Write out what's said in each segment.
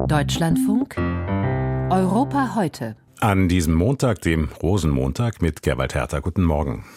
Deutschlandfunk Europa heute. An diesem Montag, dem Rosenmontag, mit Gerwald Herter. Guten Morgen.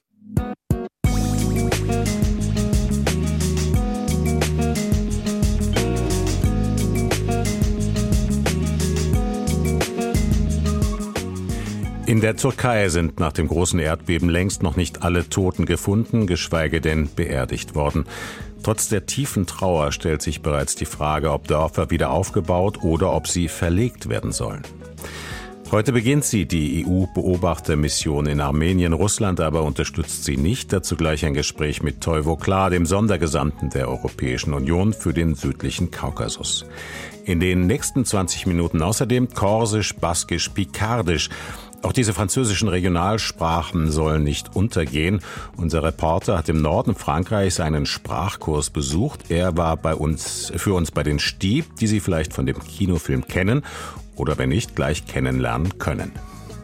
In der Türkei sind nach dem großen Erdbeben längst noch nicht alle Toten gefunden, geschweige denn beerdigt worden. Trotz der tiefen Trauer stellt sich bereits die Frage, ob Dörfer wieder aufgebaut oder ob sie verlegt werden sollen. Heute beginnt sie, die EU-Beobachtermission in Armenien. Russland aber unterstützt sie nicht. Dazu gleich ein Gespräch mit Toivo Klar, dem Sondergesandten der Europäischen Union für den südlichen Kaukasus. In den nächsten 20 Minuten außerdem Korsisch, Baskisch, Pikardisch. Auch diese französischen Regionalsprachen sollen nicht untergehen. Unser Reporter hat im Norden Frankreichs einen Sprachkurs besucht. Er war für uns bei den Stieb, die Sie vielleicht von dem Kinofilm kennen oder wenn nicht, gleich kennenlernen können.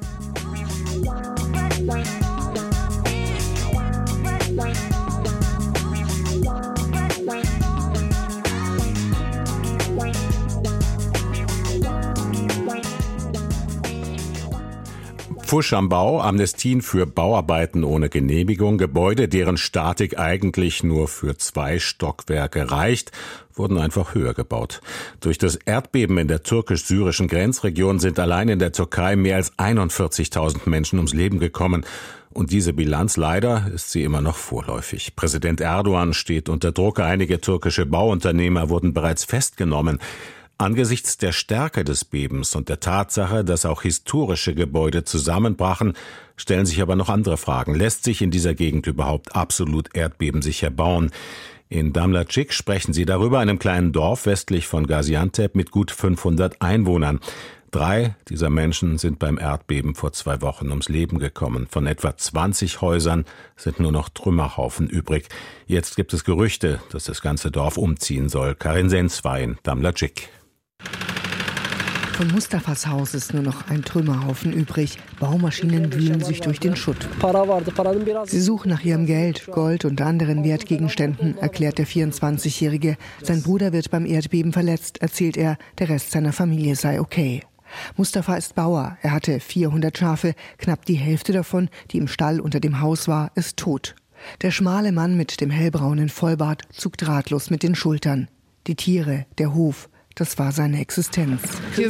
Pfusch am Bau, Amnestien für Bauarbeiten ohne Genehmigung, Gebäude, deren Statik eigentlich nur für 2 Stockwerke reicht, wurden einfach höher gebaut. Durch das Erdbeben in der türkisch-syrischen Grenzregion sind allein in der Türkei mehr als 41.000 Menschen ums Leben gekommen. Und diese Bilanz, leider, ist sie immer noch vorläufig. Präsident Erdogan steht unter Druck. Einige türkische Bauunternehmer wurden bereits festgenommen. Angesichts der Stärke des Bebens und der Tatsache, dass auch historische Gebäude zusammenbrachen, stellen sich aber noch andere Fragen. Lässt sich in dieser Gegend überhaupt absolut erdbebensicher bauen? In Damlacik sprechen sie darüber, einem kleinen Dorf westlich von Gaziantep mit gut 500 Einwohnern. 3 dieser Menschen sind beim Erdbeben vor 2 Wochen ums Leben gekommen. Von etwa 20 Häusern sind nur noch Trümmerhaufen übrig. Jetzt gibt es Gerüchte, dass das ganze Dorf umziehen soll. Karin Sens war in Damlacik. Von Mustafas Haus ist nur noch ein Trümmerhaufen übrig. Baumaschinen wühlen sich durch den Schutt. Sie suchen nach ihrem Geld, Gold und anderen Wertgegenständen, erklärt der 24-Jährige. Sein Bruder wird beim Erdbeben verletzt, erzählt er, der Rest seiner Familie sei okay. Mustafa ist Bauer. Er hatte 400 Schafe. Knapp die Hälfte davon, die im Stall unter dem Haus war, ist tot. Der schmale Mann mit dem hellbraunen Vollbart zuckt ratlos mit den Schultern. Die Tiere, der Hof, das war seine Existenz. Sie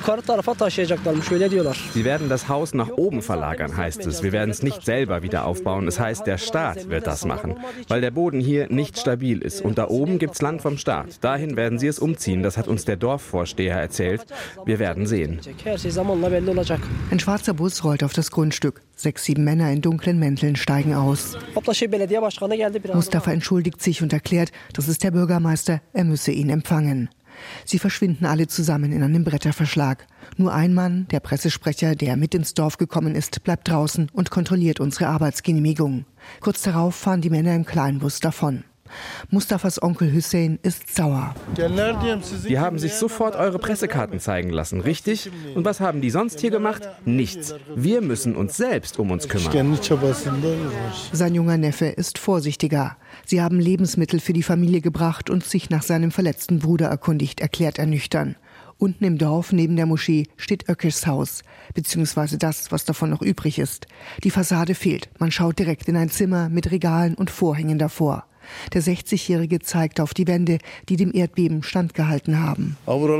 werden das Haus nach oben verlagern, heißt es. Wir werden es nicht selber wieder aufbauen. Es heißt, der Staat wird das machen, weil der Boden hier nicht stabil ist. Und da oben gibt's Land vom Staat. Dahin werden sie es umziehen. Das hat uns der Dorfvorsteher erzählt. Wir werden sehen. Ein schwarzer Bus rollt auf das Grundstück. 6, 7 Männer in dunklen Mänteln steigen aus. Mustafa entschuldigt sich und erklärt, das ist der Bürgermeister, er müsse ihn empfangen. Sie verschwinden alle zusammen in einem Bretterverschlag. Nur ein Mann, der Pressesprecher, der mit ins Dorf gekommen ist, bleibt draußen und kontrolliert unsere Arbeitsgenehmigung. Kurz darauf fahren die Männer im Kleinbus davon. Mustafas Onkel Hüseyin ist sauer. Die haben sich sofort eure Pressekarten zeigen lassen, richtig? Und was haben die sonst hier gemacht? Nichts. Wir müssen uns selbst um uns kümmern. Sein junger Neffe ist vorsichtiger. Sie haben Lebensmittel für die Familie gebracht und sich nach seinem verletzten Bruder erkundigt, erklärt er nüchtern. Unten im Dorf neben der Moschee steht Ökers Haus, beziehungsweise das, was davon noch übrig ist. Die Fassade fehlt. Man schaut direkt in ein Zimmer mit Regalen und Vorhängen davor. Der 60-Jährige zeigt auf die Wände, die dem Erdbeben standgehalten haben.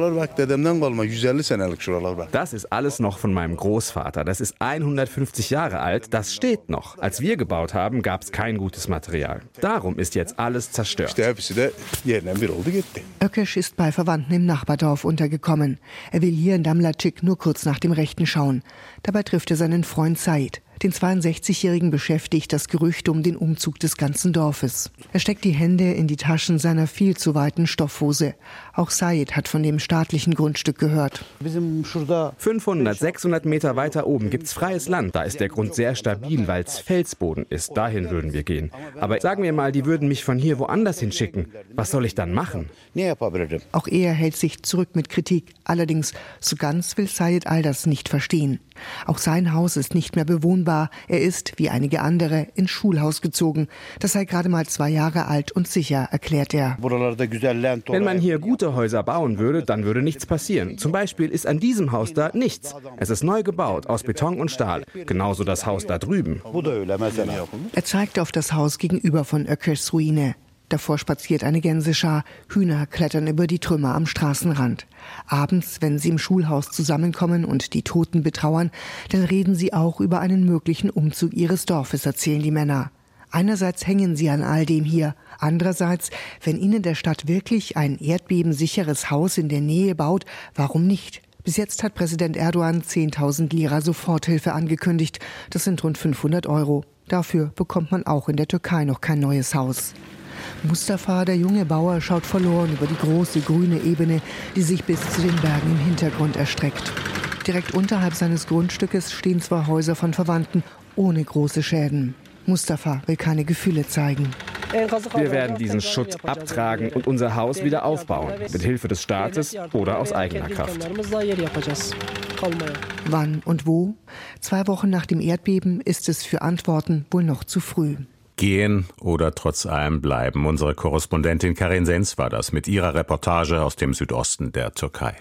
Das ist alles noch von meinem Großvater. Das ist 150 Jahre alt. Das steht noch. Als wir gebaut haben, gab es kein gutes Material. Darum ist jetzt alles zerstört. Ökeş ist bei Verwandten im Nachbardorf untergekommen. Er will hier in Damlacik nur kurz nach dem Rechten schauen. Dabei trifft er seinen Freund Said. Den 62-Jährigen beschäftigt das Gerücht um den Umzug des ganzen Dorfes. Er steckt die Hände in die Taschen seiner viel zu weiten Stoffhose. Auch Said hat von dem staatlichen Grundstück gehört. 500, 600 Meter weiter oben gibt's freies Land. Da ist der Grund sehr stabil, weil es Felsboden ist. Dahin würden wir gehen. Aber sagen wir mal, die würden mich von hier woanders hinschicken. Was soll ich dann machen? Auch er hält sich zurück mit Kritik. Allerdings, so ganz will Said all das nicht verstehen. Auch sein Haus ist nicht mehr bewohnbar. war. Er ist, wie einige andere, ins Schulhaus gezogen. Das sei gerade mal 2 Jahre alt und sicher, erklärt er. Wenn man hier gute Häuser bauen würde, dann würde nichts passieren. Zum Beispiel ist an diesem Haus da nichts. Es ist neu gebaut, aus Beton und Stahl. Genauso das Haus da drüben. Er zeigt auf das Haus gegenüber von Ökers Ruine. Davor spaziert eine Gänseschar. Hühner klettern über die Trümmer am Straßenrand. Abends, wenn sie im Schulhaus zusammenkommen und die Toten betrauern, dann reden sie auch über einen möglichen Umzug ihres Dorfes, erzählen die Männer. Einerseits hängen sie an all dem hier. Andererseits, wenn ihnen der Stadt wirklich ein erdbebensicheres Haus in der Nähe baut, warum nicht? Bis jetzt hat Präsident Erdogan 10.000 Lira Soforthilfe angekündigt. Das sind rund 500 €. Dafür bekommt man auch in der Türkei noch kein neues Haus. Mustafa, der junge Bauer, schaut verloren über die große grüne Ebene, die sich bis zu den Bergen im Hintergrund erstreckt. Direkt unterhalb seines Grundstückes stehen 2 Häuser von Verwandten ohne große Schäden. Mustafa will keine Gefühle zeigen. Wir werden diesen Schutt abtragen und unser Haus wieder aufbauen, mit Hilfe des Staates oder aus eigener Kraft. Wann und wo? 2 Wochen nach dem Erdbeben ist es für Antworten wohl noch zu früh. Gehen oder trotz allem bleiben. Unsere Korrespondentin Karin Sens war das mit ihrer Reportage aus dem Südosten der Türkei.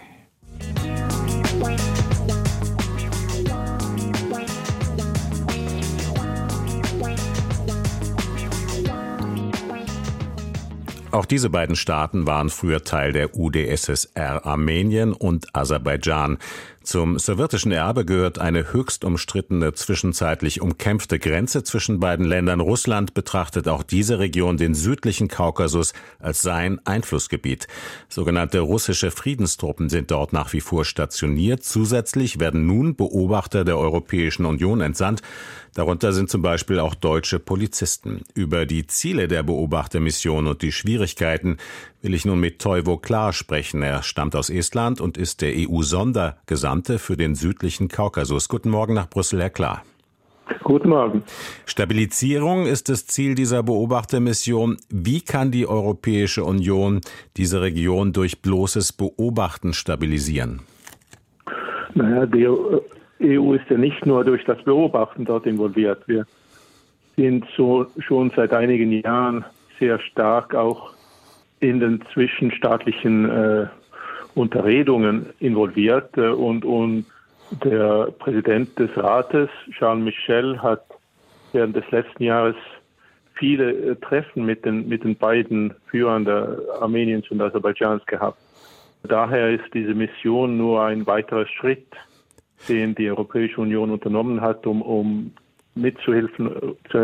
Auch diese beiden Staaten waren früher Teil der UdSSR, Armenien und Aserbaidschan. Zum sowjetischen Erbe gehört eine höchst umstrittene, zwischenzeitlich umkämpfte Grenze zwischen beiden Ländern. Russland betrachtet auch diese Region, den südlichen Kaukasus, als sein Einflussgebiet. Sogenannte russische Friedenstruppen sind dort nach wie vor stationiert. Zusätzlich werden nun Beobachter der Europäischen Union entsandt. Darunter sind zum Beispiel auch deutsche Polizisten. Über die Ziele der Beobachtermission und die Schwierigkeiten will ich nun mit Toivo Klar sprechen. Er stammt aus Estland und ist der EU-Sondergesandte für den südlichen Kaukasus. Guten Morgen nach Brüssel, Herr Klar. Guten Morgen. Stabilisierung ist das Ziel dieser Beobachtermission. Wie kann die Europäische Union diese Region durch bloßes Beobachten stabilisieren? Naja, die EU ist ja nicht nur durch das Beobachten dort involviert. Wir sind schon seit einigen Jahren sehr stark auch in den zwischenstaatlichen Unterredungen involviert und der Präsident des Rates, Charles Michel, hat während des letzten Jahres viele Treffen mit den beiden Führern Armeniens und Aserbaidschans gehabt. Daher ist diese Mission nur ein weiterer Schritt, den die Europäische Union unternommen hat, um mitzuhelfen,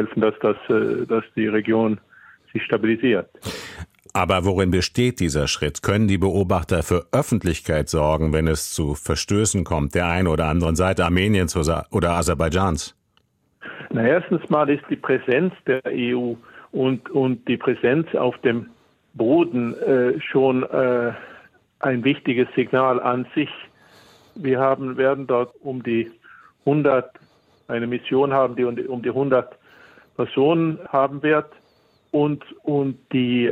dass die Region sich stabilisiert. Aber worin besteht dieser Schritt? Können die Beobachter für Öffentlichkeit sorgen, wenn es zu Verstößen kommt, der einen oder anderen Seite Armeniens oder Aserbaidschans? Na, erstens mal ist die Präsenz der EU und die Präsenz auf dem Boden schon ein wichtiges Signal an sich. Wir werden dort eine Mission haben, die um die 100 Personen haben wird. Und die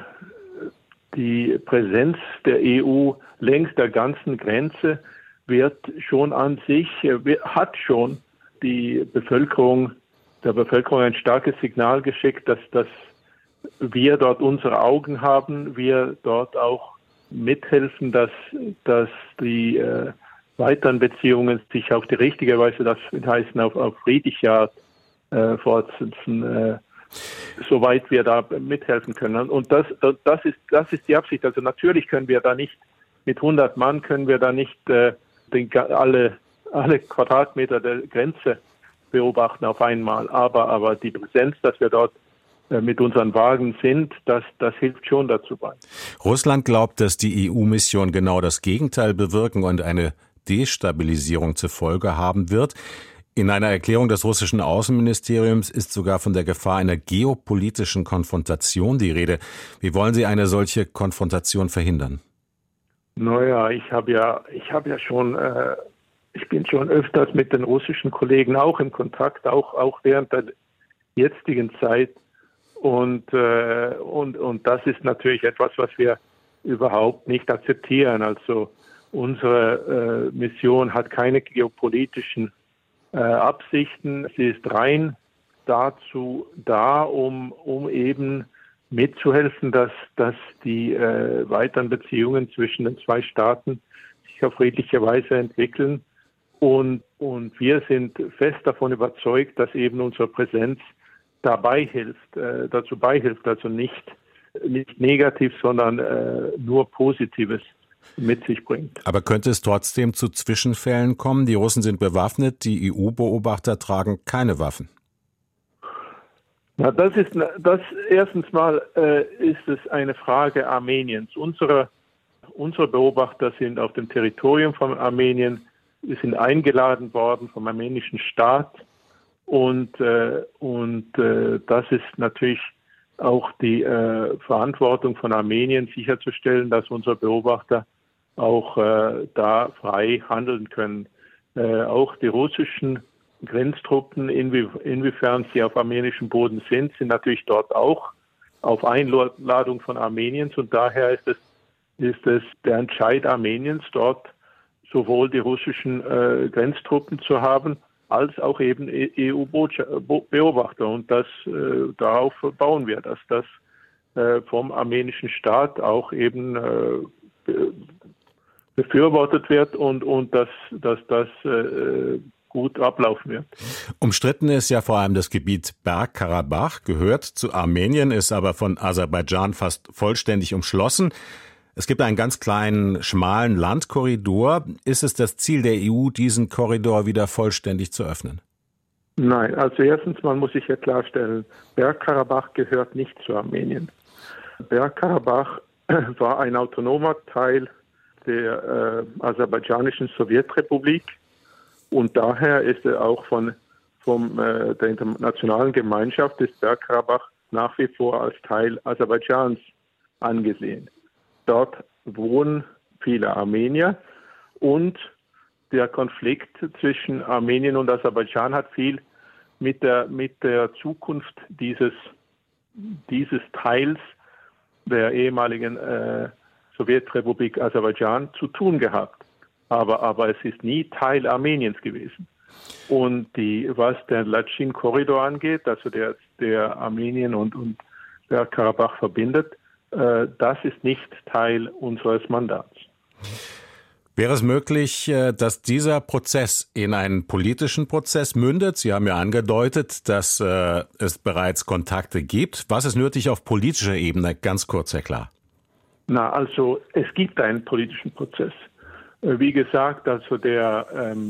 Präsenz der EU längs der ganzen Grenze wird schon an sich, hat schon der Bevölkerung ein starkes Signal geschickt, dass wir dort unsere Augen haben, wir dort auch mithelfen, dass die weiteren Beziehungen sich auf die richtige Weise, das heißt auf friedliche Art fortsetzen, soweit wir da mithelfen können. Und das ist die Absicht. Also natürlich können wir da nicht, mit 100 Mann können wir da nicht alle Quadratmeter der Grenze beobachten auf einmal. Aber die Präsenz, dass wir dort mit unseren Wagen sind, das hilft schon dazu bei. Russland glaubt, dass die EU-Mission genau das Gegenteil bewirken und eine Destabilisierung zur Folge haben wird. In einer Erklärung des russischen Außenministeriums ist sogar von der Gefahr einer geopolitischen Konfrontation die Rede. Wie wollen Sie eine solche Konfrontation verhindern? Naja, ich bin schon öfters mit den russischen Kollegen auch in Kontakt, auch während der jetzigen Zeit. Und das ist natürlich etwas, was wir überhaupt nicht akzeptieren. Also unsere Mission hat keine geopolitischen Absichten. Sie ist rein dazu da, um eben mitzuhelfen, dass die weiteren Beziehungen zwischen den zwei Staaten sich auf friedliche Weise entwickeln. Und wir sind fest davon überzeugt, dass eben unsere Präsenz dazu beihilft, also nicht negativ, sondern nur Positives mit sich bringt. Aber könnte es trotzdem zu Zwischenfällen kommen? Die Russen sind bewaffnet, die EU-Beobachter tragen keine Waffen. Na, das erstens mal ist es eine Frage Armeniens. Unsere Beobachter sind auf dem Territorium von Armenien, wir sind eingeladen worden vom armenischen Staat und das ist natürlich auch die Verantwortung von Armenien, sicherzustellen, dass unsere Beobachter auch da frei handeln können. Auch die russischen Grenztruppen, inwiefern sie auf armenischem Boden sind natürlich dort auch auf Einladung von Armeniens und daher ist es der Entscheid Armeniens, dort sowohl die russischen Grenztruppen zu haben, als auch eben EU-Beobachter und darauf bauen wir, dass das vom armenischen Staat auch eben befürwortet wird und dass das gut ablaufen wird. Umstritten ist ja vor allem das Gebiet Bergkarabach, gehört zu Armenien, ist aber von Aserbaidschan fast vollständig umschlossen. Es gibt einen ganz kleinen, schmalen Landkorridor. Ist es das Ziel der EU, diesen Korridor wieder vollständig zu öffnen? Nein, also erstens mal muss ich ja klarstellen, Bergkarabach gehört nicht zu Armenien. Bergkarabach war ein autonomer Teil der aserbaidschanischen Sowjetrepublik. Und daher ist er auch von der internationalen Gemeinschaft des Bergkarabach nach wie vor als Teil Aserbaidschans angesehen. Dort wohnen viele Armenier und der Konflikt zwischen Armenien und Aserbaidschan hat viel mit der Zukunft dieses Teils der ehemaligen Sowjetrepublik Aserbaidschan zu tun gehabt. Aber es ist nie Teil Armeniens gewesen. Und was den Latschin-Korridor angeht, also der Armenien und Bergkarabach verbindet, das ist nicht Teil unseres Mandats. Wäre es möglich, dass dieser Prozess in einen politischen Prozess mündet? Sie haben ja angedeutet, dass es bereits Kontakte gibt. Was ist nötig auf politischer Ebene? Ganz kurz, Herr Klar. Na, also es gibt einen politischen Prozess. Wie gesagt, also der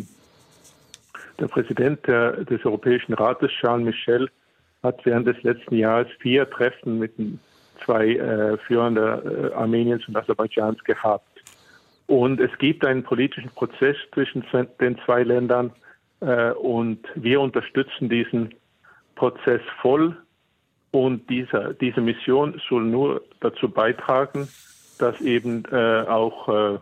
Präsident des Europäischen Rates, Charles Michel, hat während des letzten Jahres 4 Treffen mit zwei Führern Armeniens und Aserbaidschans gehabt. Und es gibt einen politischen Prozess zwischen den zwei Ländern und wir unterstützen diesen Prozess voll. Und diese Mission soll nur dazu beitragen, dass eben auch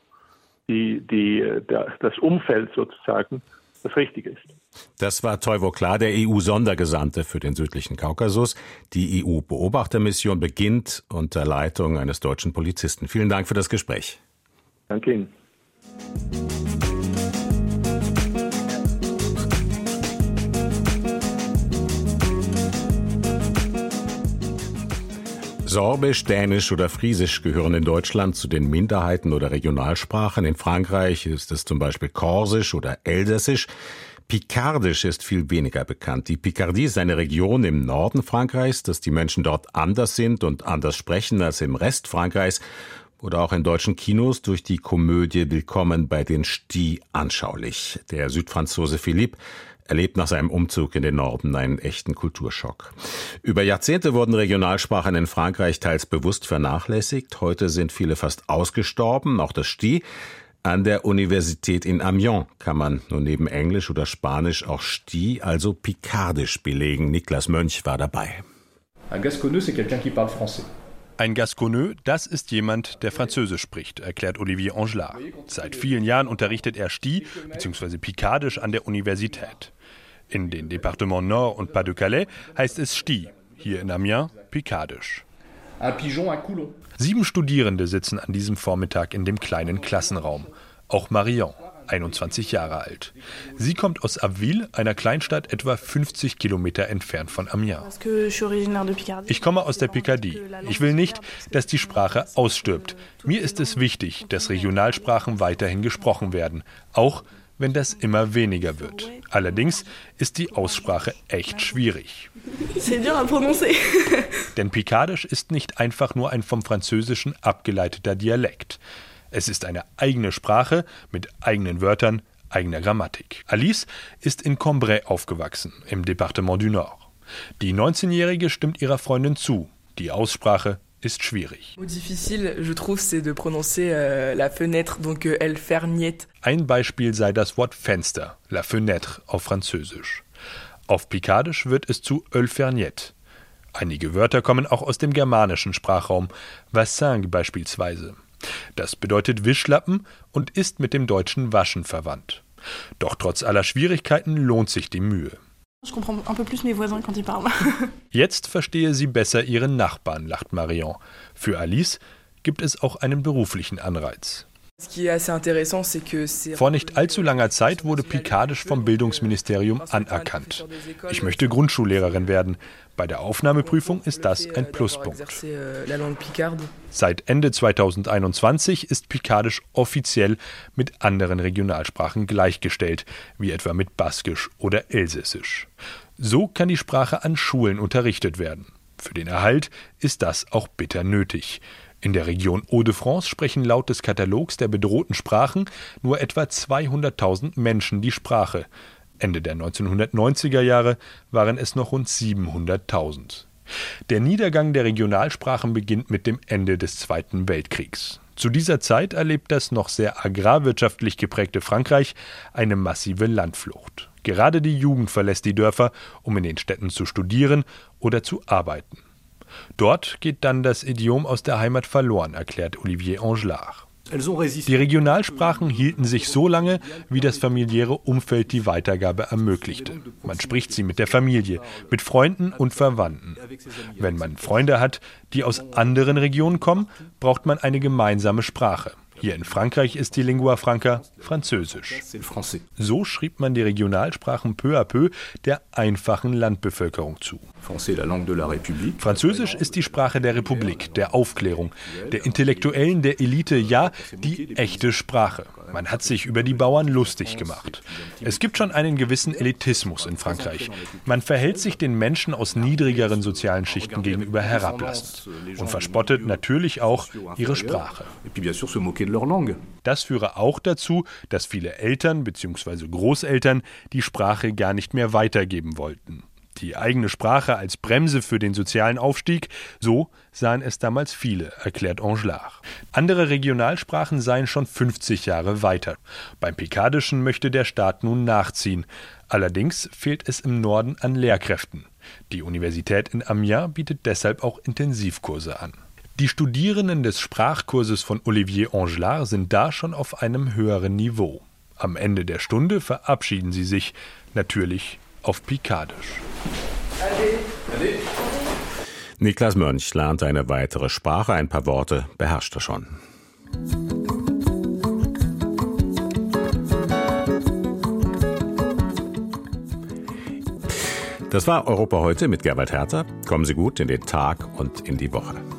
das Umfeld sozusagen das Richtige ist. Das war Toivo Klar, der EU-Sondergesandte für den südlichen Kaukasus. Die EU-Beobachtermission beginnt unter Leitung eines deutschen Polizisten. Vielen Dank für das Gespräch. Danke Ihnen. Sorbisch, Dänisch oder Friesisch gehören in Deutschland zu den Minderheiten oder Regionalsprachen. In Frankreich ist es zum Beispiel Korsisch oder Elsässisch. Pikardisch ist viel weniger bekannt. Die Picardie ist eine Region im Norden Frankreichs, dass die Menschen dort anders sind und anders sprechen als im Rest Frankreichs. Oder auch in deutschen Kinos durch die Komödie Willkommen bei den Ch'tis anschaulich. Der Südfranzose Philippe erlebt nach seinem Umzug in den Norden einen echten Kulturschock. Über Jahrzehnte wurden Regionalsprachen in Frankreich teils bewusst vernachlässigt. Heute sind viele fast ausgestorben, auch das Ch'ti. An der Universität in Amiens kann man nur neben Englisch oder Spanisch auch Ch'ti, also Pikardisch, belegen. Niklas Mönch war dabei. Un Gasconneux, c'est quelqu'un qui parle français. Ein Gasconneux, das ist jemand, der Französisch spricht, erklärt Olivier Angelard. Seit vielen Jahren unterrichtet er Ch'ti bzw. Pikardisch an der Universität. In den Departements Nord und Pas-de-Calais heißt es Ch'ti, hier in Amiens Pikardisch. 7 Studierende sitzen an diesem Vormittag in dem kleinen Klassenraum. Auch Marion. 21 Jahre alt. Sie kommt aus Abbeville, einer Kleinstadt etwa 50 Kilometer entfernt von Amiens. Ich komme aus der Picardie. Ich will nicht, dass die Sprache ausstirbt. Mir ist es wichtig, dass Regionalsprachen weiterhin gesprochen werden, auch wenn das immer weniger wird. Allerdings ist die Aussprache echt schwierig. Denn Picardisch ist nicht einfach nur ein vom Französischen abgeleiteter Dialekt. Es ist eine eigene Sprache mit eigenen Wörtern, eigener Grammatik. Alice ist in Cambrai aufgewachsen, im Département du Nord. Die 19-Jährige stimmt ihrer Freundin zu. Die Aussprache ist schwierig. Ein Beispiel sei das Wort Fenster, la fenêtre auf Französisch. Auf Picardisch wird es zu «œil ferniette». Einige Wörter kommen auch aus dem germanischen Sprachraum, vassingue beispielsweise. Das bedeutet Wischlappen und ist mit dem deutschen Waschen verwandt. Doch trotz aller Schwierigkeiten lohnt sich die Mühe. Jetzt verstehe sie besser ihren Nachbarn, lacht Marion. Für Alice gibt es auch einen beruflichen Anreiz. Vor nicht allzu langer Zeit wurde Picardisch vom Bildungsministerium anerkannt. Ich möchte Grundschullehrerin werden. Bei der Aufnahmeprüfung ist das ein Pluspunkt. Seit Ende 2021 ist Picardisch offiziell mit anderen Regionalsprachen gleichgestellt, wie etwa mit Baskisch oder Elsässisch. So kann die Sprache an Schulen unterrichtet werden. Für den Erhalt ist das auch bitter nötig. In der Region Hauts-de-France sprechen laut des Katalogs der bedrohten Sprachen nur etwa 200.000 Menschen die Sprache. Ende der 1990er Jahre waren es noch rund 700.000. Der Niedergang der Regionalsprachen beginnt mit dem Ende des Zweiten Weltkriegs. Zu dieser Zeit erlebt das noch sehr agrarwirtschaftlich geprägte Frankreich eine massive Landflucht. Gerade die Jugend verlässt die Dörfer, um in den Städten zu studieren oder zu arbeiten. Dort geht dann das Idiom aus der Heimat verloren, erklärt Olivier Angelard. Die Regionalsprachen hielten sich so lange, wie das familiäre Umfeld die Weitergabe ermöglichte. Man spricht sie mit der Familie, mit Freunden und Verwandten. Wenn man Freunde hat, die aus anderen Regionen kommen, braucht man eine gemeinsame Sprache. Hier in Frankreich ist die Lingua Franca Französisch. So schrieb man die Regionalsprachen peu à peu der einfachen Landbevölkerung zu. Französisch ist die Sprache der Republik, der Aufklärung, der Intellektuellen, der Elite, ja, die echte Sprache. Man hat sich über die Bauern lustig gemacht. Es gibt schon einen gewissen Elitismus in Frankreich. Man verhält sich den Menschen aus niedrigeren sozialen Schichten gegenüber herablassend und verspottet natürlich auch ihre Sprache. Das führe auch dazu, dass viele Eltern bzw. Großeltern die Sprache gar nicht mehr weitergeben wollten. Die eigene Sprache als Bremse für den sozialen Aufstieg, so sahen es damals viele, erklärt Angelard. Andere Regionalsprachen seien schon 50 Jahre weiter. Beim Picardischen möchte der Staat nun nachziehen. Allerdings fehlt es im Norden an Lehrkräften. Die Universität in Amiens bietet deshalb auch Intensivkurse an. Die Studierenden des Sprachkurses von Olivier Angelard sind da schon auf einem höheren Niveau. Am Ende der Stunde verabschieden sie sich, natürlich auf Picardisch. Niklas Mönch lernt eine weitere Sprache, ein paar Worte beherrscht er schon. Das war Europa heute mit Gerwald Herter. Kommen Sie gut in den Tag und in die Woche.